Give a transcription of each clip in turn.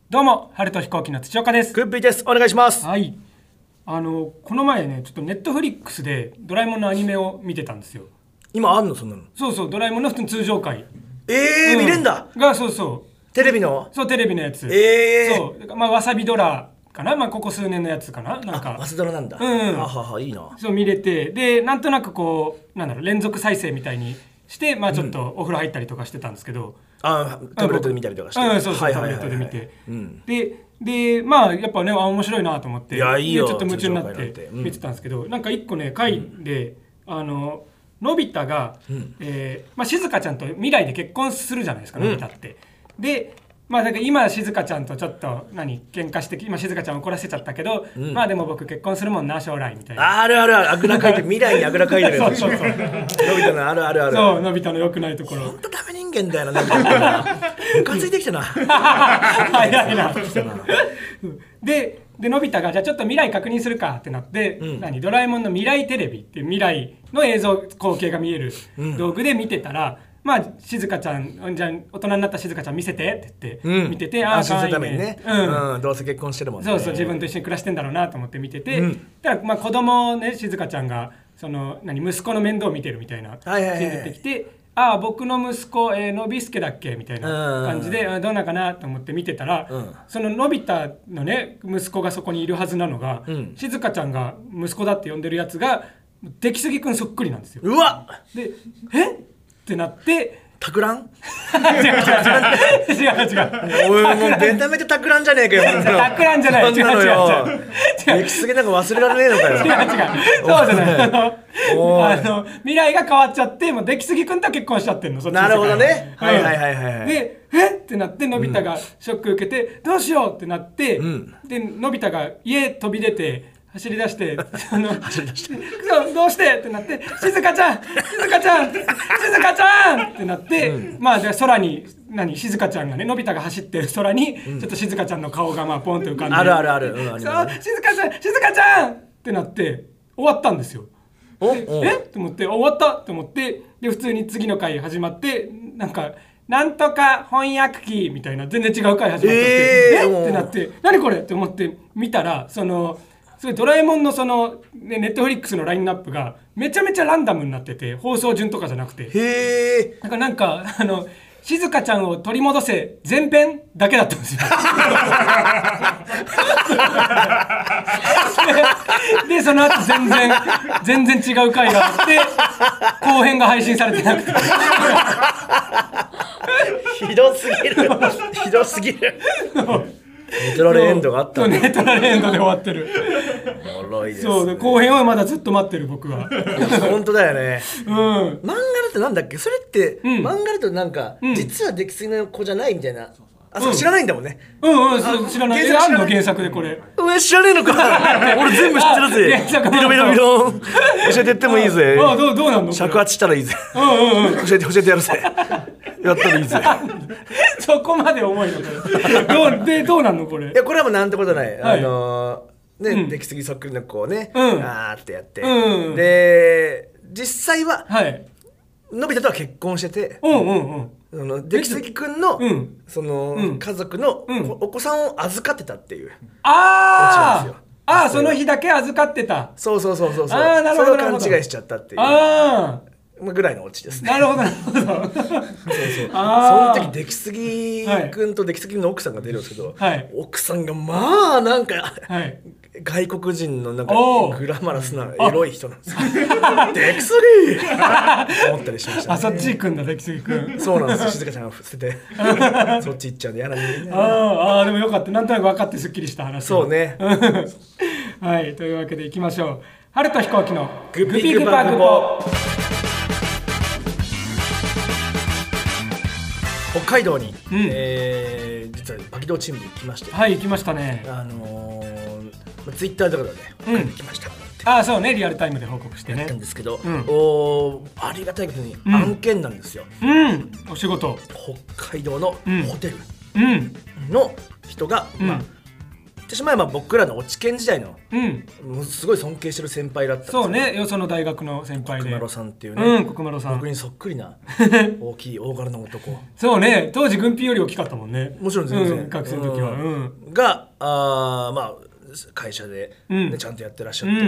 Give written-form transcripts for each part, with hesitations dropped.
どうも、春と飛行機の土岡です。 グッピーです。お願いします。 はい。この前ね、ちょっとネットフリックスでドラえもんのアニメを見てたんですよ。 今あんのそんなの？ そうそう、ドラえもんの普通に通常回。 見れんだ。 そうそう。 テレビの？ そう、テレビのやつ。そう。まあ、わさびドラかな、まあ、ここ数年のやつかな。なんか。 わさドラなんだ。いいな。 そう、見れて。で、なんとなくこう、なんだろう、連続再生みたいにして、まあ、ちょっとお風呂入ったりとかしてたんですけど。 タブレットで見たりとかして。 そう、タブレットで見て。で、まあやっぱね、面白いなと思って、 いや、いいよ。 ちょっと夢中になって見てたんですけど、なんか一個ね、回で、のび太が、まあ、静香ちゃんと未来で結婚するじゃないですか、のび太って。で、まあ、だから今静香ちゃんとちょっと喧嘩して今静香ちゃん怒らせちゃったけど、まあでも僕結婚するもんな将来みたいな。 あるあぐらかいて未来にあぐらかいてるやつ。そうのび太のある。 そう、のび太の良くないところ。 本当ダメ人間だよな。ムカついてきたな。 早いな。でのび太がじゃあちょっと未来確認するかってなって、ドラえもんの未来テレビっていう未来の映像光景が見える道具で見てたら、まあ静香ちゃん、じゃあ大人になった静香ちゃん見せてって言って見てて、 あ可愛いね。どうせ結婚してるもんね。 そう自分と一緒に暮らしてんだろうなと思って見てて、たらまあ子供ね、静香ちゃんがその息子の面倒を見てるみたいなシーン出てきて、僕の息子、のびすけだっけみたいな感じで、どうなんかなと思って見てたら、そののび太のね息子がそこにいるはずなのが、静香ちゃんが息子だって呼んでるやつが出来すぎくんそっくりなんですよ。 うわでってなってたくらん？ 違うおいもうベタめてたくらんじゃねえかよ。 たくらんじゃない。違う出来すぎなんか忘れられねえのかよ。 そうじゃない。未来が変わっちゃってもう出来すぎくんとは結婚しちゃってんの。 なるほどね。 でってなってのび太がショック受けてどうしようってなって、でのび太が家飛び出て走り出してどうしてってなって静香ちゃんってなって、まあで空に静香ちゃんがね、のび太が走ってる空にちょっと静香ちゃんの顔がまあポンと浮かんで、 あるそう静香ちゃんってなって終わったんですよ。って思って終わったって思って、で普通に次の回始まってなんとか翻訳機みたいな全然違う回始まっちゃってってなって何これって思って見たら、それドラえもんのネットフリックスのラインナップがめちゃめちゃランダムになってて、放送順とかじゃなくて、静香ちゃんを取り戻せ前編だけだったんですよ。でその後全然違う回があって後編が配信されてなくてひどすぎるネトラレエンドがあった。 ネトラレエンドで終わってる。 おもろいですね。 そう後編はまだずっと待ってる僕は。 本当だよね。漫画だとなんだっけそれって、漫画だと実は出来すぎの子じゃないみたいな。知らないんだもんね。 知らない。あんの原作でこれ。 知らねえのか。俺全部知ってるぜ。ビロ教えてってもいいぜ。 どうなんの？ 尺八したらいいぜ。教えてやるぜ。やったらいいぜ。 そこまで重いのこれ。どうなんのこれ？ いやこれはもうなんてことない。出来すぎそっくりの子をね、ってやって、で実際はのび太とは結婚してて、出来すぎくんのその家族のお子さんを預かってたっていうオチなんですよ。 その日だけ預かってた。 そうそれを勘違いしちゃったっていうぐらいのオチですね。 なるほどその時出来すぎくんと出来すぎの奥さんが出るんですけど、奥さんがまあ外国人のグラマラスなエロい人なんですよ。出来すぎ思ったりしましたね。 そっち行くんだ出来すぎくん。 そうなんですよ。静香ちゃんが捨ててそっち行っちゃうんで嫌なんで。 でもよかった。なんとなく分かってすっきりした話。 そうね。 はいというわけでいきましょう。春と飛行機のグピグパグポ。北海道に実はバキドーチームで行きまして。 行きましたね。 ツイッターとかでね行きました。 そうね、リアルタイムで報告してね。 やったんですけど、ありがたいことに案件なんですよ。 お仕事。 北海道のホテルの人が私前僕らの落研時代の、もうすごい尊敬してる先輩だったんですよ。 そうね、よその大学の先輩で国丸さんっていうね、 国丸さん、 僕にそっくりな大きい大柄の男そうね、当時軍ピより大きかったもんね。 もちろん全然、 学生の時は、 がまあ会社で、ちゃんとやってらっしゃって、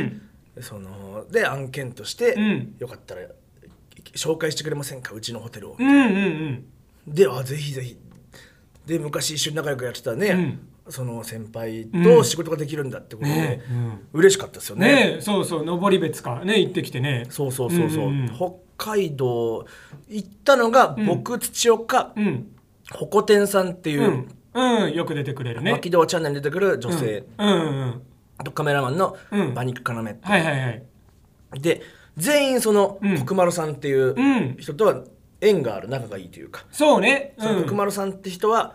で案件として、よかったら紹介してくれませんか、うちのホテルを、でぜひぜひで、昔一緒に仲良くやってたね、その先輩と仕事ができるんだってことで、嬉しかったですよね。 そうそう、登別かね、行ってきてね。 そうそう、北海道行ったのが僕、土岡、ホコ天さんっていう、 よく出てくれるね、 牧道チャンネルに出てくる女性、あとカメラマンの馬肉要で、全員その国丸さんっていう人とは縁がある、仲がいいというか、 そうね、 その国丸さんって人は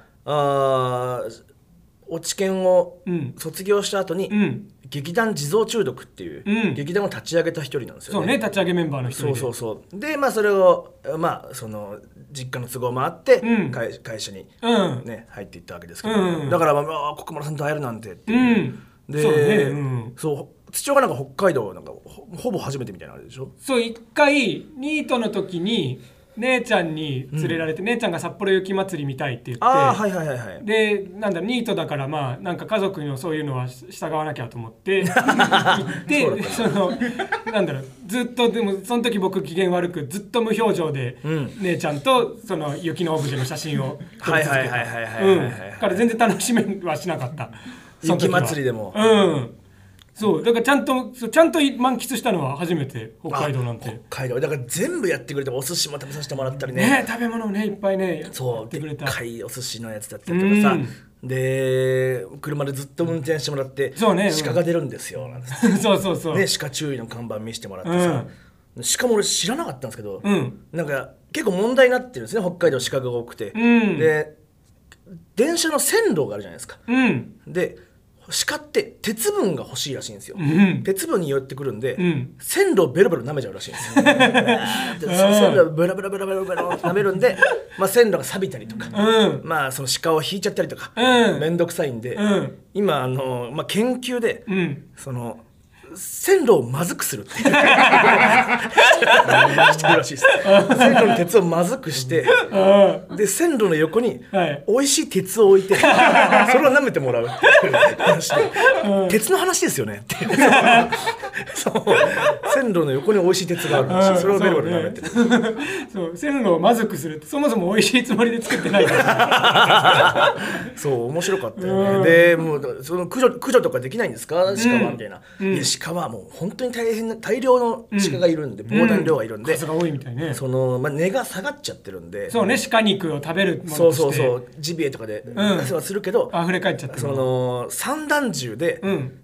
落研を卒業した後に、劇団地蔵中毒っていう劇団を立ち上げた一人なんですよね。 そうね、立ち上げメンバーの一人で。 そうで、それをその実家の都合もあって、会社に、ね、入っていったわけですけど、だから国丸さんと会えるなんてっていう、で、土岡なんか北海道なんかほぼ初めてみたいなあれでしょ。 そう、一回ニートの時に姉ちゃんに連れられて、姉ちゃんが札幌雪まつり見たいって言って、でなんだニートだからなんか家族のそういうのは従わなきゃと思って行ってなんだろう、ずっとでもその時僕機嫌悪くずっと無表情で、姉ちゃんとその雪のオブジェの写真を撮り続けた。から全然楽しめはしなかった。 雪まつりでも。 そうだからちゃんと満喫したのは初めて、北海道なんて。 北海道だから全部やってくれて、お寿司も食べさせてもらったりね、 食べ物をねいっぱいねやってくれた。でっかいお寿司のやつだったりとかさ、で車でずっと運転してもらって、鹿が出るんですよなんてそうね、鹿注意の看板見せてもらってさ、鹿も俺知らなかったんですけど、なんか結構問題になってるんですね、北海道鹿が多くて。で電車の線路があるじゃないですか。で鹿って鉄分が欲しいらしいんですよ。鉄分に寄ってくるんで、線路をベロベロ舐めちゃうらしいんですよ。線路をベロベロベロベロベロ舐めるんで、線路が錆びたりとか、その鹿を引いちゃったりとか、めんどくさいんで、今研究で、その線路をまずくするってしてるらしいです。線路の鉄をまずくして、で線路の横に美味しい鉄を置いて、それを舐めてもらうっていう話で、鉄の話ですよねってそう線路の横に美味しい鉄があるらしい。それをベロベロ舐めてる。 そう線路をまずくするって、そもそも美味しいつもりで作ってないからそう面白かったよね。でもうその駆除とかできないんですか、鹿はみたいな。鹿はもう本当に大量の鹿がいるんで、膨大量がいるんで、 数が多いみたいね。 値が下がっちゃってるんで、 そうね、鹿肉を食べるものとして、 そうジビエとかで出せはするけど、 溢れ返っちゃってる。 散弾銃で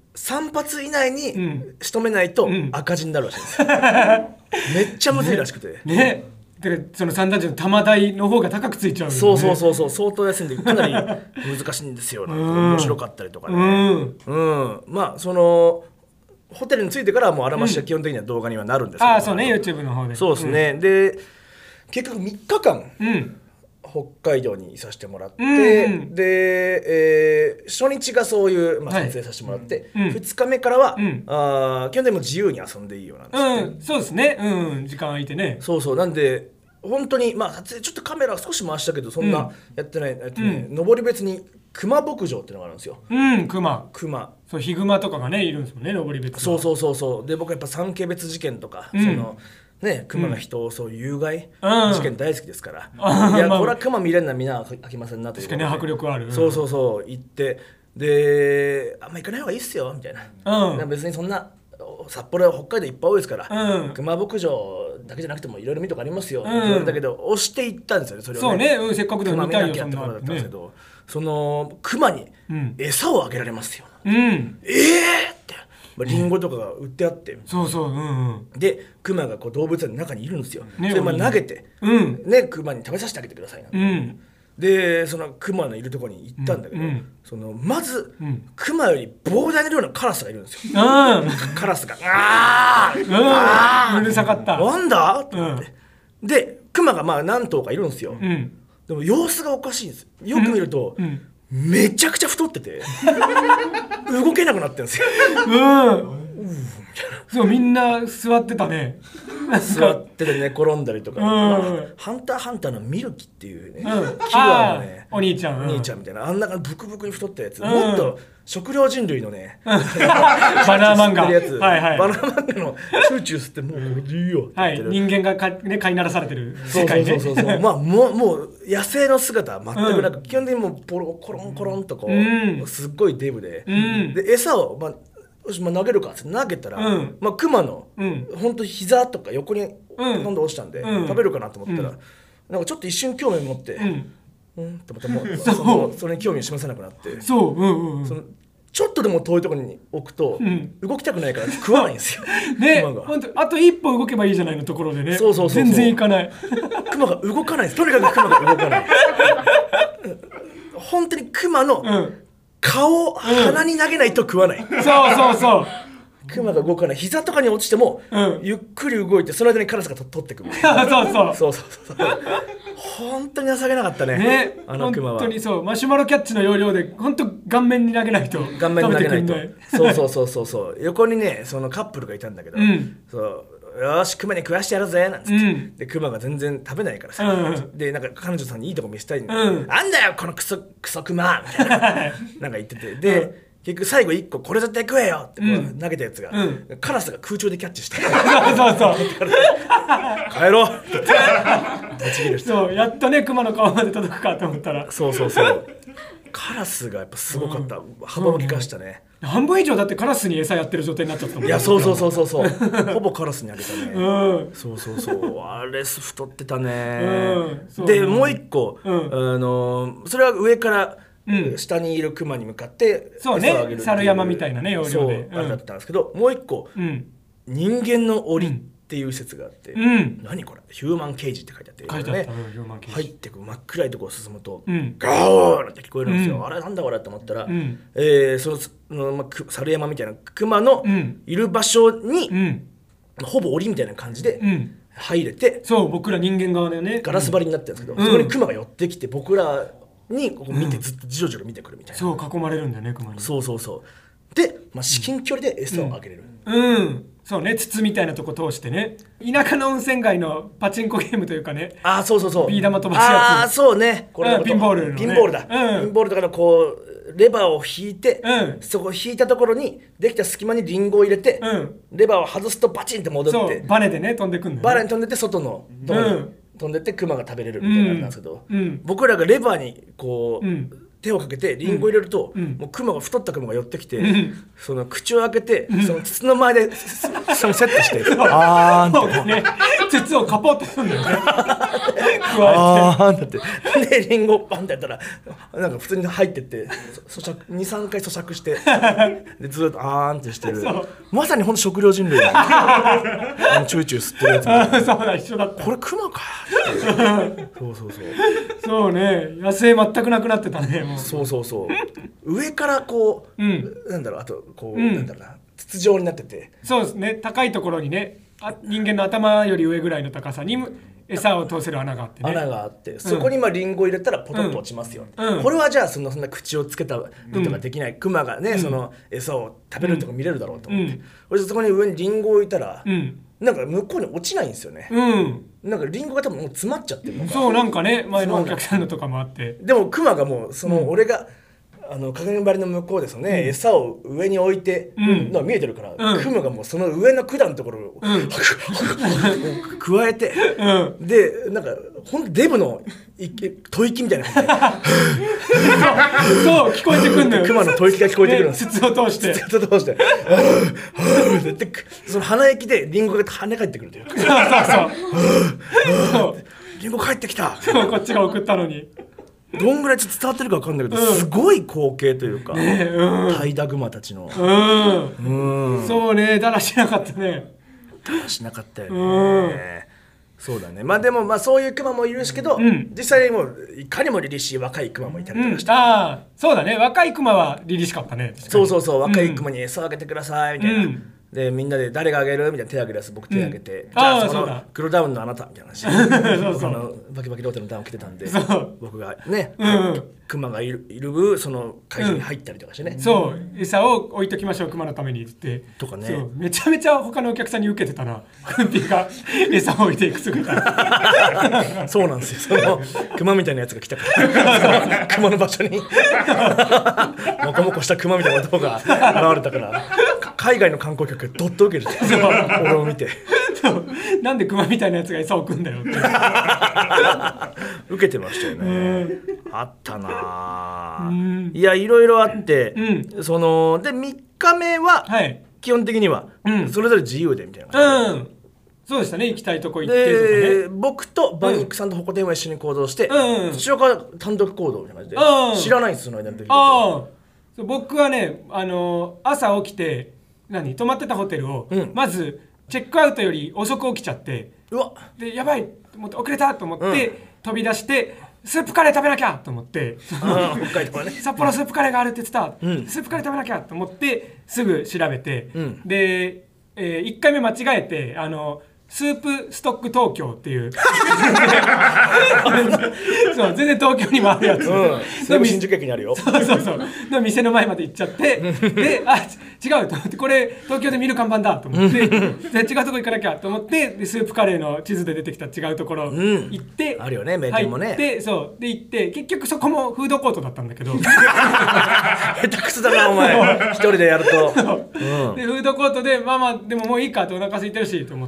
3発以内に仕留めないと赤字になるらしいんですよ。めっちゃむずいらしくてね。でその散弾銃の弾代の方が高くついちゃうよね。 そう相当安いんでかなり難しいんですよ。面白かったりとかね。そのホテルに着いてからはもうあらましは基本的には動画にはなるんですけど、 そうね、 YouTube の方で。 そうですね。で結局3日間、北海道にいさせてもらって、で、初日がそういう、撮影させてもらって、2日目からは、基本的にも自由に遊んでいいよなんですって。 そうですね、時間空いてね。 そうなんで本当に撮影ちょっとカメラ少し回したけどそんなやってない、登別に熊牧場っていうのがあるんですよ。熊そうヒグマとかがねいるんですもんね、登別。 そうで僕やっぱ三毛別事件とか、そのね、熊が人をそう有害事件大好きですから、いやこれは熊見れるのはみんな飽きませんなということで、 確かに迫力ある。 そう行って、であんま行かない方がいいっすよみたいな、別にそんな札幌北海道いっぱい多いですから、熊牧場だけじゃなくてもいろいろ見るとこありますよって言われたけど、押して行ったんですよね、それをね。 そうね、せっかくでも見たいよ、 そんなだったんですけど、その熊に餌をあげられますよ、ってリンゴとかが売ってあって、で熊がこう動物園の中にいるんですよ。それ投げて、熊に食べさせてあげてくださいな、でその熊のいるところに行ったんだけど、まず、熊より膨大な量のカラスがいるんですよ。カラスがうるさかった。 なんだと思って、で熊が何頭かいるんですよ。でも様子がおかしいんです。よく見ると、 めちゃくちゃ太ってて動けなくなってるんですよ。 そうみんな座ってたね。 座ってて寝転んだりとか、ハンターハンターのミルキっていうね、キワのねお兄ちゃんみたいな、あんなブクブクに太ったやつ、もっと食料人類のねバナー漫画、 バナー漫画のチューチュー吸ってもうこれでいいよって言ってる、 人間が飼いならされてる世界ね。 まあもう野生の姿は全くなく、基本的にもうコロンコロンとこうすっごいデブで、で餌を投げるかって投げたら、クマのほんと膝とか横に飛んで落ちたんで、食べるかなと思ったら、なんかちょっと一瞬興味持って、ってまたもうそれに興味を示さなくなって、そのちょっとでも遠いところに置くと、動きたくないから食わないんですよ。 ね、あと一歩動けばいいじゃないのところでね、全然いかない。 クマが動かないです。とにかくクマが動かない。本当にクマの顔、鼻に投げないと食わない。 そうクマが動かない。膝とかに落ちても、ゆっくり動いてその間にカラスが取ってくる。そう本当に情けなかったね、あのクマは。 本当にそう、マシュマロキャッチの要領で本当顔面に投げないと食べてくれない。 そう横にねそのカップルがいたんだけど、よしクマに食わしてやるぜなんつって、でクマが全然食べないからさ、でなんか彼女さんにいいとこ見せたいんだよ、なんだよこのクソクマみたいななんか言ってて、で結局最後1個これ絶対食えよってこう投げたやつが、カラスが空中でキャッチして帰ろうそうやっとねクマの顔まで届くかと思ったら、 そうカラスがやっぱすごかった、幅を利かしたね。 半分以上だってカラスに餌やってる状態になっちゃったもん。 いやそうほぼカラスにあげたね。そうあれ太ってたね。でもう一個、それは上から下にいるクマに向かって餌をあげるっていう、 猿山みたいなね要領であれだったんですけど、もう一個、人間の檻っていう説があって、何これヒューマンケージって書いてあって、入ってく真っ暗いところを進むと、ガオーって聞こえるんですよ。あれなんだこれって思ったら、その猿山みたいなクマのいる場所に、ほぼ檻みたいな感じで入れて、 僕ら人間側でねガラス張りになってるんですけど、そこにクマが寄ってきて僕らにここ見てずっとじろじろ見てくるみたいな、 囲まれるんだよねクマに。 そうで、至近距離で餌をあげれる。 そうね、筒みたいなとこ通してね、田舎の温泉街のパチンコゲームというかね、 そうビー玉飛ばすやつ、 そうね、これピンボールのね、 ピンボールだ、ピンボールとかのこうレバーを引いて、そこ引いたところにできた隙間にリンゴを入れて、レバーを外すとバチンって戻って、 バネでね飛んでくんだよね。 バネに飛んでって外のところに飛んでってクマが食べれるみたいなのなんですけど、僕らがレバーにこう、手をかけてリンゴ入れると、もうクマが太ったクマが寄ってきて、その口を開けて、その筒の前でそのセットしてあーんってね、筒をカポってするんだよね。 あーんってでリンゴをパンってやったらなんか普通に入ってって2,3回咀嚼してでずっとあーんってしてる、まさにほんと食料人類のチューチュー吸ってるやつそうだ一緒だった。 これクマかそうね、野生全くなくなってたね。 そう上からこう、なんだろう、あとこう、なんだろうな、筒状になってて、 そうですね、高いところにね、人間の頭より上ぐらいの高さに餌を通せる穴があってね、 穴があって、そこにリンゴ入れたらポトッと落ちますよ、これはじゃあそんな口をつけたりとかできない、クマがね、その餌を食べるとか見れるだろうと思って、そこに上にリンゴを置いたら、なんか向こうに落ちないんですよね。なんかリンゴが多分もう詰まっちゃってるのか。 そうなんかね、前のお客さんのとかもあって。 でもクマがもうその俺が鏡張りの向こうでそのね、餌を上に置いてのが見えてるから、クマがもうその上の管のところを加えて、でなんかほんとデブの吐息みたいな感じでそう聞こえてくんのよ。 クマの吐息が聞こえてくるんです。 筒を通してでその鼻息でリンゴが跳ね返ってくるというか、そうリンゴ帰ってきた。 こっちが送ったのに。 どんぐらいちょっと伝わってるか分かんないけど、すごい光景というか、タイダグマたちの、 そうね、だらしなかったね。 だらしなかったよね。そうだね。まあでもそういうクマもいるしけど、実際にもういかにも凛々しい若いクマもいたりとかして、 そうだね、若いクマは凛々しかったね。 そう若いクマに餌をあげてくださいみたいな、 でみんなで誰があげるみたいな手挙げるやつ僕手挙げて、じゃあその黒ダウンのあなたみたいな話僕バキバキローテのダウン着てたんで僕がね、クマがいるその会場に入ったりとかしてね、 そう餌を置いときましょうクマのためにってとかね、 そうめちゃめちゃ他のお客さんに受けてたなクンピが餌を置いていく姿そうなんですよ、そのクマみたいなやつが来たからクマの場所にモコモコしたクマみたいな男が現れたから海外の観光客がどっと受ける俺を見てなんでクマみたいなやつが餌を置くんだよって受けてましたよね。あったな。いやいろいろあって、そので3日目は基本的にはそれぞれ自由でみたいな感じで、 そうでしたね、行きたいとこ行ってとかね。 で僕とバニックさんとホコ天は一緒に行動して、土岡は単独行動みたいな感じで、知らないんですその間の時。 僕はね朝起きて泊まってたホテルを、まずチェックアウトより遅く起きちゃって、でやばいと思って遅れたと思って、飛び出してスープカレー食べなきゃと思って北海道はね札幌スープカレーがあるって言ってた、スープカレー食べなきゃと思ってすぐ調べて、で、1回目間違えてスープストック東京っていうそう全然東京にもあるやつ、 それも新宿駅にあるよそうの店の前まで行っちゃってで違うと思って、これ東京で見る看板だと思ってで違うとこ行かなきゃと思ってでスープカレーの地図で出てきた違うところ行って、 あるよね名店もね、 入ってそうで行って結局そこもフードコートだったんだけど下手くそだなお前一人でやると、 でフードコートでまあでももういいかとお腹空いてるしと思って、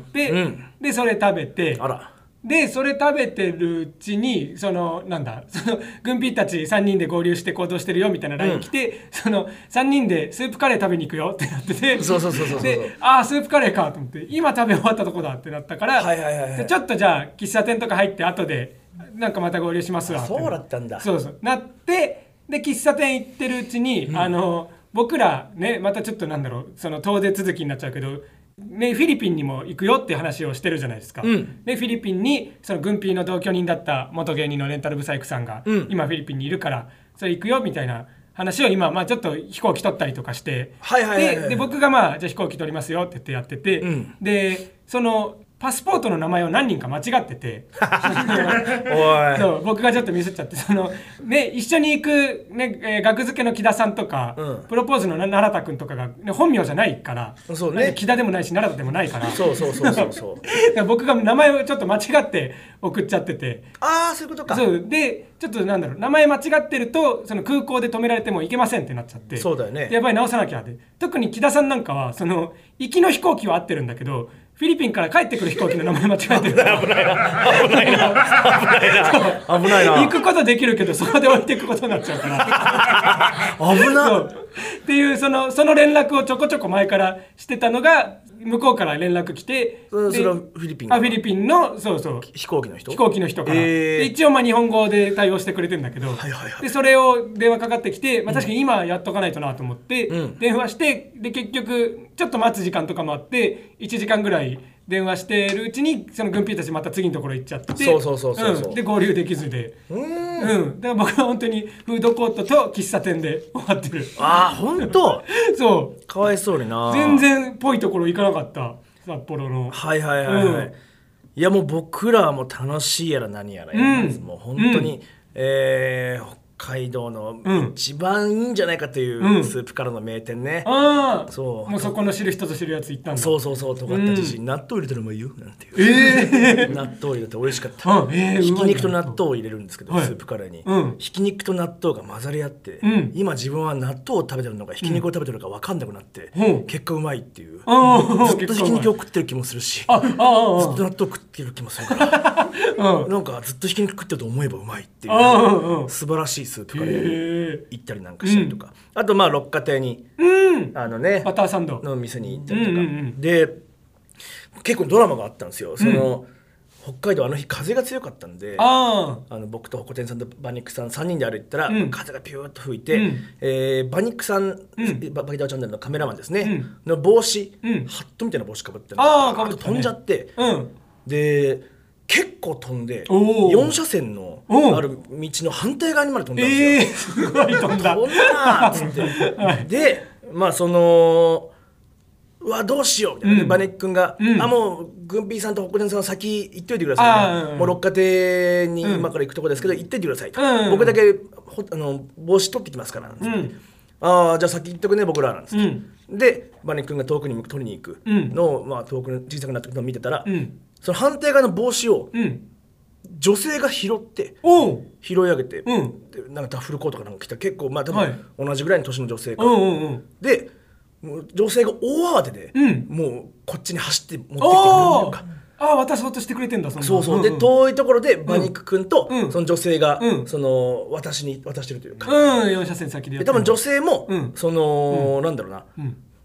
でそれ食べて、でそれ食べてるうちにその軍ピーたち3人で合流して行動してるよみたいな LINE 来て、その3人でスープカレー食べに行くよってなってて、でスープカレーかと思って今食べ終わったとこだってなったから、でちょっとじゃあ喫茶店とか入って後でなんかまた合流しますわって、 そうだったんだ、 そうなってで喫茶店行ってるうちに、僕らねまたちょっとその遠出続きになっちゃうけどね、フィリピンにも行くよっていう話をしてるじゃないですか、でフィリピンにその軍ピーの同居人だった元芸人のレンタルブサイクさんが、今フィリピンにいるからそれ行くよみたいな話を今、ちょっと飛行機取ったりとかして、で僕がじゃあ飛行機取りますよって言ってやってて、でそのパスポートの名前を何人か間違っててそう僕がちょっとミスっちゃって、一緒に行く、学付けの木田さんとか、プロポーズの奈良田君とかが、本名じゃないから、木田でもないし奈良田でもないから、僕が名前をちょっと間違って送っちゃってて、 そういうことか。 そうでちょっと名前間違ってるとその空港で止められても行けませんってなっちゃって、 そうだよね、 やばい直さなきゃって。特に木田さんなんかはその行きの飛行機は合ってるんだけどフィリピンから帰ってくる飛行機の名前間違えてるから危ないな行くことできるけどそこで置いていくことになっちゃうから危ないっていうその連絡をちょこちょこ前からしてたのが向こうから連絡来て、 それはフィリピンの飛行機の人から、で一応日本語で対応してくれてるんだけど、でそれを電話かかってきて、確かに今やっとかないとなと思って、電話してで結局ちょっと待つ時間とかもあって1時間ぐらい電話してるうちにその軍ピーたちまた次のところ行っちゃって、で合流できずで、だから僕は本当にフードコートと喫茶店で終わってる。 本当そうかわいそうにな、 全然ぽいところ行かなかった札幌の。 いやもう僕らはもう楽しいやら何やらもう本当に、北海道の一番いいんじゃないかというスープからの名店ね、 もうそこの知る人ぞ知るやつ行ったんだ。 そう尖った自信、納豆入れたらうまいよなんていう、納豆入れて美味しかった、ひき肉と納豆を入れるんですけど、スープカレーに、ひき肉と納豆が混ざり合って、今自分は納豆を食べてるのかひき肉を食べてるのか分かんなくなって、結果うまいっていう、ずっとひき肉を食ってる気もするし、ずっと納豆食ってる気もするからなんかずっとひき肉食ってると思えばうまいっていう素晴らしいスープカレー行ったりなんかしたりとか、あと六花亭にバターサンドの店に行ったりとかで、結構ドラマがあったんですよ。その北海道あの日風が強かったんで、僕とホコ天さんとバニックさん3人で歩いたら、風がピューッと吹いて、バニックさん、バキダオチャンネルのカメラマンですね、の帽子、ハットみたいな帽子かぶって飛んじゃって、で結構飛んで4車線のある道の反対側にまで飛んだんですよ。 すごい飛んだ飛んだなっつってでそのうわどうしようみたいな、でバネ君が、もうグンピーさんとホコテンさんは先行っといてください、もう六花亭に今から行くとこですけど、行っていてくださいと、僕だけ帽子取ってきますからなんつって、ああじゃあ先行っとくね僕らなんつって、でバネ君が遠くに取りに行くのを、まあ、遠くに小さくなってくのを見てたら、その反対側の帽子を、女性が拾って拾い上げて、なんかダッフルコートかなんか着た結構まあ多分同じぐらいの年の女性か、でもう女性が大慌てで、もうこっちに走って持ってきてくれるというか、 渡そうとしてくれてんだ。 そうそう、で遠いところで馬肉くんとその女性がその私に渡してるというか、 4車線先でやってる。 多分女性もそのなんだろうな、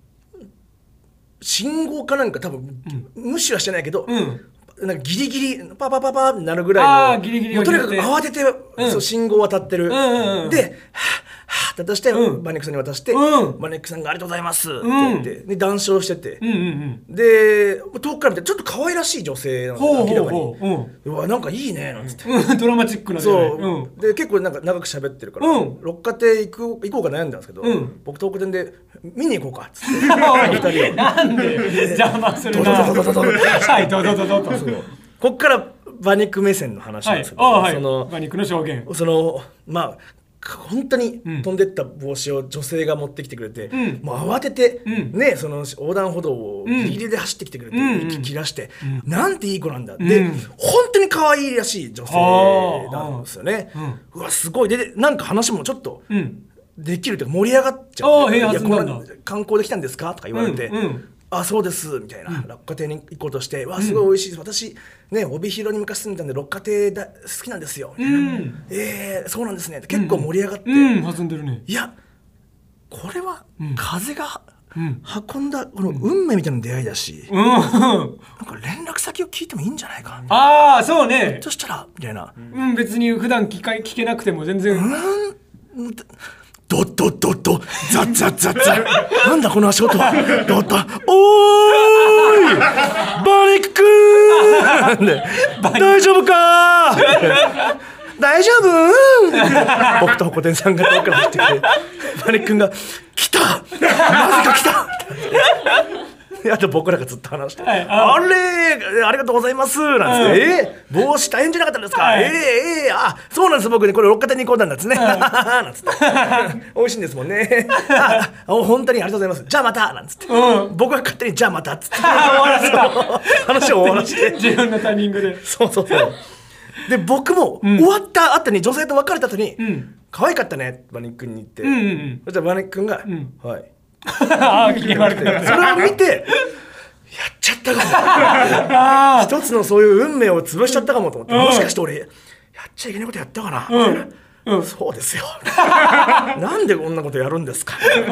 信号かなんか多分無視はしてないけど、なんかギリギリパパパパってなるぐらいの、 ギリギリもうとにかく慌てて、そう信号渡ってる、ではぁって渡して、バネックさんに渡して、バネックさんがありがとうございますって言って、で談笑してて、で遠くから見てちょっと可愛らしい女性なんですよ、明らかに。うわなんかいいねなんつって、 ドラマチックな。 そうで結構なんか長く喋ってるから、六花亭行こうか悩んだんですけど、僕東北店で見に行こうかっつって2人をなんで邪魔するな。はいどうぞどうぞどうぞ。 こっから馬肉目線の話なんですけど、 その馬肉の証言、 そのまあ本当に飛んでった帽子を女性が持ってきてくれて、もう慌てて、ね、その横断歩道をギリギリで走ってきてくれて、息切らして、なんていい子なんだって、本当に可愛いらしい女性なんですよね。うわすごいでなんか話もちょっとできるというか盛り上がっちゃう。いやこの観光で来たんですかとか言われて、あそうですみたいな、六花亭に行こうとして、わすごい美味しいです、私ね帯広に昔住んでたんで六花亭好きなんですよみたいな、そうなんですねって結構盛り上がって、 弾んでるね。いやこれは風が運んだこの運命みたいな出会いだし、なんか連絡先を聞いてもいいんじゃないか。 ああそうね。 そしたらみたいな、 別に普段聞けなくても全然ドッドッドッドザッザッザッザッなんだこの足音はドッドおーいバネックくん大丈夫か大丈夫僕とホコテンさんが遠くから走ってきてバネックくんが来たなぜか来たあと僕らがずっと話して、あれありがとうございますなんつって、帽子大変じゃなかったんですか、あそうなんです僕ねこれ六花亭に行こうなんですねなんつって美味しいんですもんね本当にありがとうございますじゃあまたなんつって、僕が勝手にじゃあまたっつって話を終わらせて自分のタイミングでそうで僕も終わった後に女性と別れた後に可愛かったねバネックに言って、そしたらバネックがはい言われてる。 それを見てやっちゃったかも一つのそういう運命を潰しちゃったかもと思って、もしかして俺やっちゃいけないことやったかな、そうですよなんでこんなことやるんですか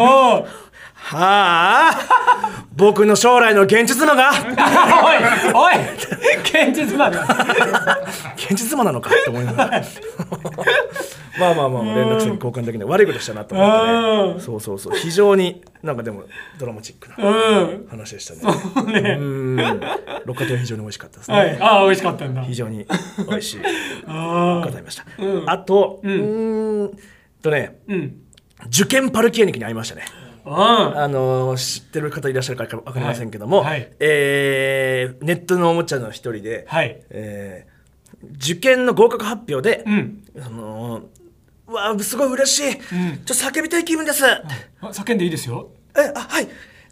はあ僕の将来の現実妻がおい現実妻が現実妻なのかって思いながらまあ連絡先交換できない悪いことしたなと思ってね。そう非常になんかでもドラマチックな話でしたね。六花亭は非常に美味しかったですね。 美味しかったんだ。 非常に美味しいございました。あとね受験パルキ焼肉に会いましたね。知ってる方いらっしゃるか分かりませんけども、ネットのおもちゃの一人で、受験の合格発表で、わあすごい嬉しい、ちょっと叫びたい気分です、 叫んでいいですよ。 はい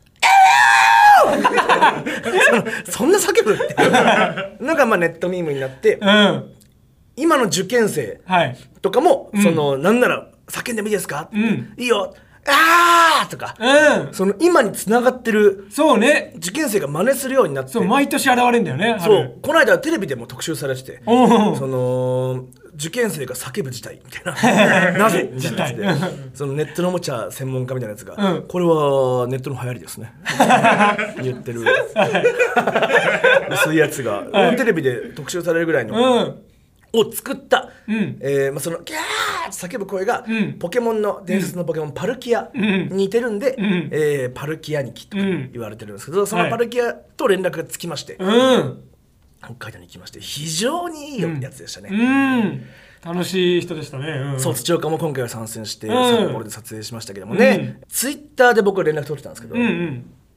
そんな叫ぶのがネットミームになって、今の受験生とかも、なんなら叫んでもいいですか、いいよあーとか、その今に繋がってる受験生が真似するようになって、 毎年現れるんだよね。 そうこの間テレビでも特集されてて、その受験生が叫ぶ事態みたいななぜみたいなやつで、そのネットのおもちゃ専門家みたいなやつが、これはネットの流行りですね言ってるそういうやつがテレビで特集されるぐらいのを作った、そのギャーって叫ぶ声が、ポケモンの伝説のポケモン、パルキアに似てるんで、パルキアニキとか言われてるんですけど、そのパルキアと連絡がつきまして、北海道に行きまして非常にいいやつでしたね。 楽しい人でしたね。 そう土岡も今回は参戦して札幌で撮影しましたけどもね、ツイッターで僕は連絡取ってたんですけど、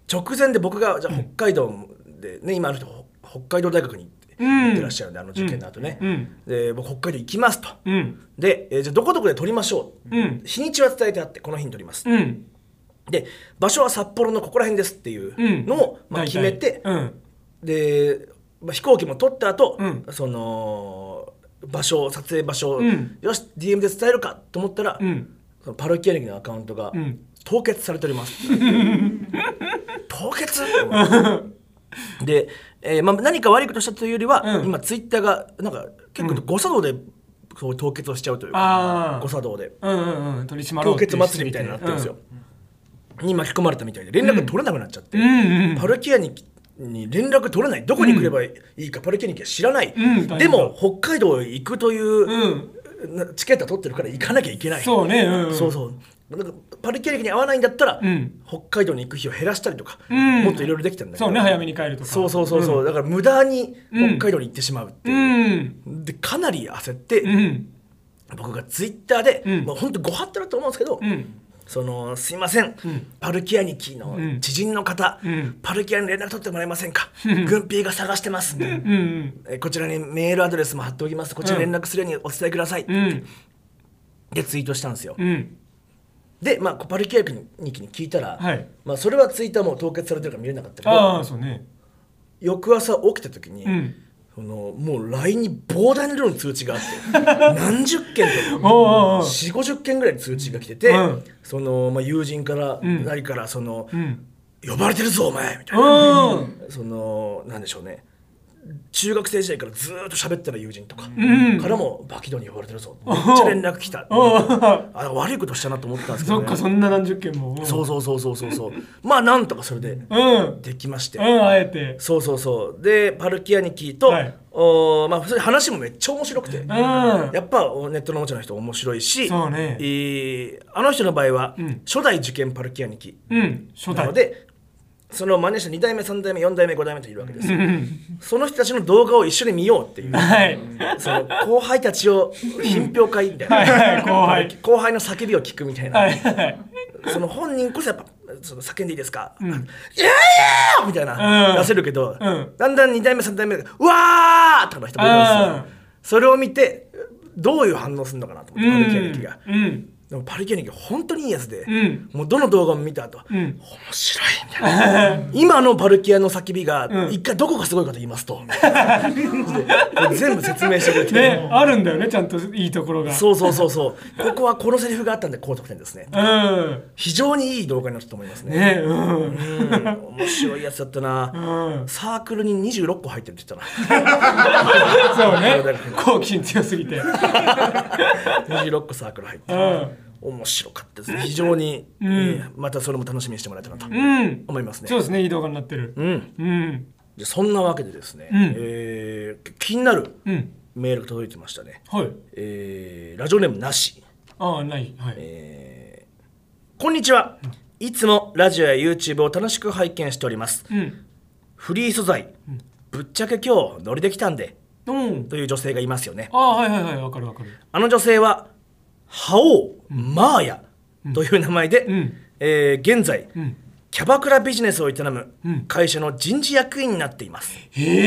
直前で僕がじゃあ北海道でね、今あの人北海道大学に行ってらっしゃるんで、受験の後ね、で僕北海道行きますと、で、じゃあどこどこで撮りましょう、日にちは伝えてあってこの日に撮ります、で場所は札幌のここら辺ですっていうのを、決めて、で、飛行機も取った後、その場所撮影場所、よし DM で伝えるかと思ったら、そのパルキアニキのアカウントが凍結されております凍結で、何か悪いことしたというよりは、今ツイッターがなんか結構誤作動でそう凍結をしちゃうというか、誤作動で取り締まろう凍結祭りみたいになってるんですよ、に巻き込まれたみたいで連絡取れなくなっちゃって、パルキアニキに連絡取れない、どこに来ればいいかパルキアニキは知らない、でも北海道へ行くというチケット取ってるから行かなきゃいけない、 そうね、 そうそう、なんかパルキアニキに合わないんだったら、北海道に行く日を減らしたりとか、もっといろいろできたんだけど、 そうね、早めに帰るとか、 そう、だから無駄に北海道に行ってしまうっていう、でかなり焦って、僕がツイッターで、本当ご法度だと思うんですけど、そのすいません、パルキアニキの知人の方、パルキアに連絡取ってもらえませんか、軍艇が探してます、こちらにメールアドレスも貼っておきます、こちらに連絡するようにお伝えください、でツイートしたんですよ、で、パルキアニキに聞いたら、それはツイッターも凍結されてるから見れなかったけど、翌朝起きた時に、もう LINE に膨大な量の通知があって何十件とか4、50件ぐらいの通知が来てて、その、友人から何からその、呼ばれてるぞお前みたいな、そのなんでしょうね、中学生時代からずーっと喋ってた友人とかからもバキドに呼ばれてるぞ、めっちゃ連絡来た、悪いことしたなと思ったんですけどね。 そっか、そんな何十件も。 そうなんとかそれでできまして、 あえてそうでパルキアニキと、普通に話もめっちゃ面白くて、やっぱネットのおもちゃの人面白いし、あの人の場合は初代受験パルキアニキなので、その真似した2代目3代目4代目5代目といるわけですよその人たちの動画を一緒に見ようっていう、その後輩たちを品評会みたいな後輩の叫びを聞くみたいな、その本人こそやっぱその叫んでいいですか、イエーイみたいな出せるけど、だんだん2代目3代目がうわーとかの人もいるんですよ。それを見てどういう反応するのかなと思って、パルキアニキが。でもパルキアニキ本当にいいやつで、もうどの動画も見た後、面白いみたいな今のパルキアの叫びが一回どこがすごいかと言いますと全部説明してくれて、 あるんだよね、ちゃんといいところが。 そうここはこのセリフがあったんで高得点ですね、非常にいい動画になったと思いますね。面白いやつだったな。サークルに26個入ってるって言ったなそうね、好奇心強すぎて 26個サークル入ってる、面白かったですね、非常に、またそれも楽しみにしてもらえたらと思いますね。 そうですね、いい動画になってる。 そんなわけでですね、気になるメールが届いてましたね。ラジオネームなし。 ない。 こんにちは。いつもラジオや YouTube を楽しく拝見しております。フリー素材、ぶっちゃけ今日ノリできたんで、という女性がいますよね。 わかる。 あの女性は覇王マーヤという名前で、現在、キャバクラビジネスを営む会社の人事役員になっています。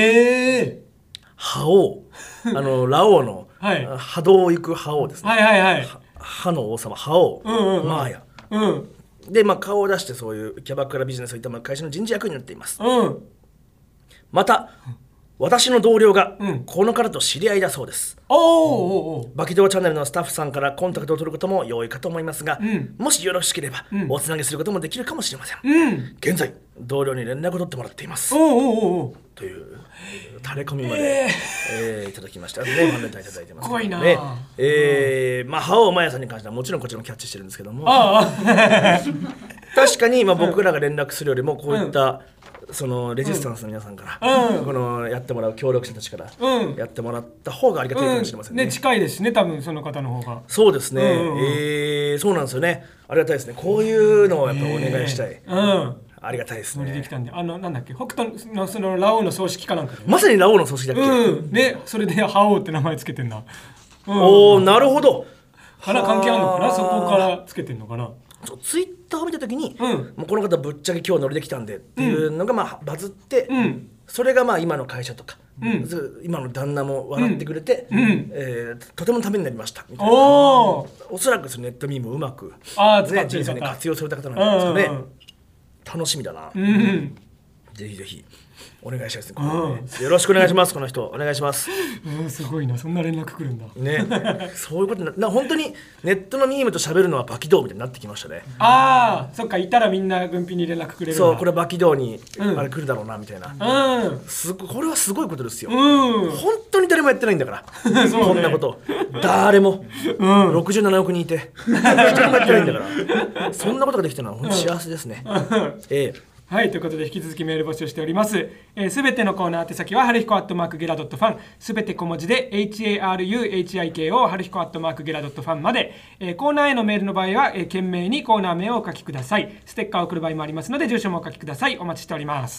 覇王、ラオウの波動を行く覇王ですね。覇の王様、覇王マーヤで、顔を出してそういうキャバクラビジネスを営む会社の人事役員になっています。また私の同僚がこの方と知り合いだそうです。バキドーチャンネルのスタッフさんからコンタクトを取ることも容易かと思いますが、もしよろしければおつなぎすることもできるかもしれません。現在同僚に連絡を取ってもらっています。というタレコミまでいただきました。ファンレターいただいてます。 怖いな。 覇王マヤさんに関してはもちろんこちらもキャッチしてるんですけども、確かに僕らが連絡するよりもこういったそのレジスタンスの皆さんから、このやってもらう協力者たちからやってもらった方がありがたいかもしれませんね。 近いですしね、多分その方の方が。 そうですね。そうなんですよね。ありがたいですね。こういうのをやっぱお願いしたい。ありがたいですね。 できたんで、なんだっけ、北斗のそのラオウの葬式かなんかで、 まさにラオウの葬式だっけ。それで覇王って名前つけてんだ。 なるほど。 関係あるのかな、そこからつけてんのかな。 そうツイッターを見た時に、もうこの方ぶっちゃけ今日乗りできたんでっていうのがまあバズって、それがまあ今の会社とか、今の旦那も笑ってくれて、とてもためになりましたみたいな。おそらくネットミームうまく人生に活用された方なんですかね。楽しみだな。ぜひぜひお願いしたいですね。よろしくお願いします。この人お願いします。 すごいな、そんな連絡来るんだね。そういうことな、本当にネットのミームと喋るのはバキドーみたいになってきましたね。 ああ、そっか、いたらみんな軍ピに連絡くれるんだ。 そう、これバキドーにあれ来るだろうなみたいな。これはすごいことですよ。本当に誰もやってないんだからこんなこと誰も67億人いて一人もやってないんだからそんなことができたのは本当に幸せですね。 はい、ということで引き続きメール募集しております。すべてのコーナー宛先ははるひこ@gera.fun、すべて小文字で HARUHIKO はるひこ@gera.fun まで、コーナーへのメールの場合は、懸命にコーナー名をお書きください。ステッカーを送る場合もありますので住所もお書きください。お待ちしております。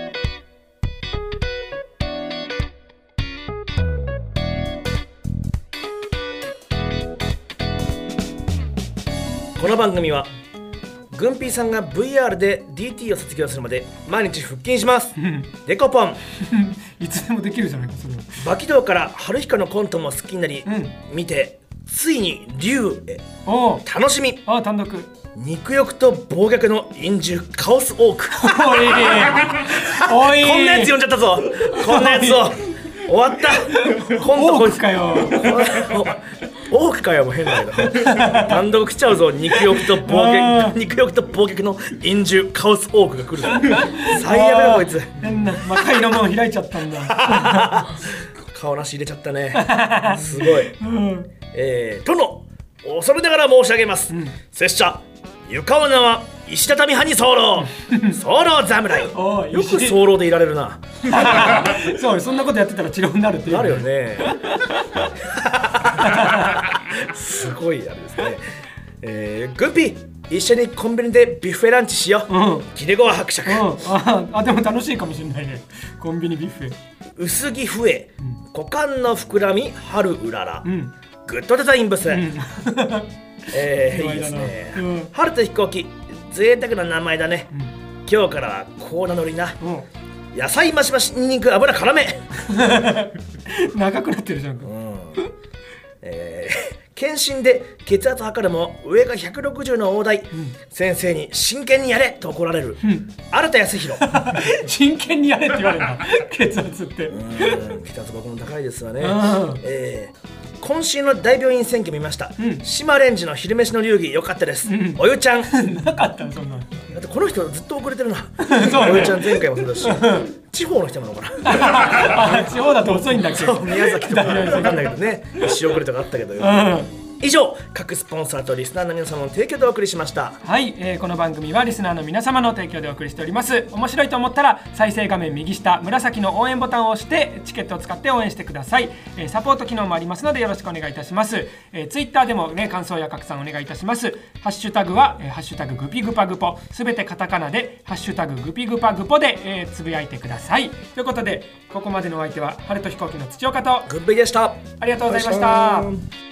この番組はグンピーさんが VR で DT を卒業するまで毎日腹筋しますデコポンいつでもできるじゃないかそれは。 バキドーから春彦のコントも好きになり、見てついに竜へ楽しみ。 単独肉欲と暴虐の陰獣カオスオークおいこんなやつ読んじゃったぞ。こんなやつを終わったコントオークかよ多くかよも変だけど単独来ちゃうぞ。肉欲と暴虐の陰獣カオスオークが来るぞ。最悪だこいつ。 変な魔界の門開いちゃったんだ顔なし入れちゃったねすごい、殿恐れながら申し上げます、拙者湯川名は石畳派に候侍よく候でいられるなそう、そんなことやってたら治療になるっていう、 なるよねすごいあれですね。グンピ一緒にコンビニでビュッフェランチしよう。切れ子は伯爵。 でも楽しいかもしれないね。コンビニビュッフェ。 薄着増え、股間の膨らみ春うらら、グッドデザインブス。いいですね。春と飛行機贅沢な名前だね。今日からはこう名乗りな。野菜マシマシニンニク油辛め長くなってるじゃんか。 検診で血圧測るも上が160の大台、先生に真剣にやれと怒られる、新田康弘真剣にやれって言われるんだ血圧って血圧僕も高いですわね。今週の大病院選挙見ました、島レンジの昼飯の流儀良かったです、おゆちゃんなかったのそんな。 だってこの人ずっと遅れてるなおゆちゃん前回もそうだし地方の人なのかな地方だと遅いんだっけど宮崎とか分かんないけどね仕送りとかあったけど以上各スポンサーとリスナーの皆様の提供でお送りしました。 はい、この番組はリスナーの皆様の提供でお送りしております。面白いと思ったら再生画面右下紫の応援ボタンを押してチケットを使って応援してください。サポート機能もありますのでよろしくお願いいたします。ツイッターでもね感想や拡散お願いいたします。ハッシュタグはハッシュタググピグパグポ、すべてカタカナでハッシュタググピグパグポで、つぶやいてください。ということでここまでのお相手は春と飛行機の土岡とグッベイでした。 ありがとうございました。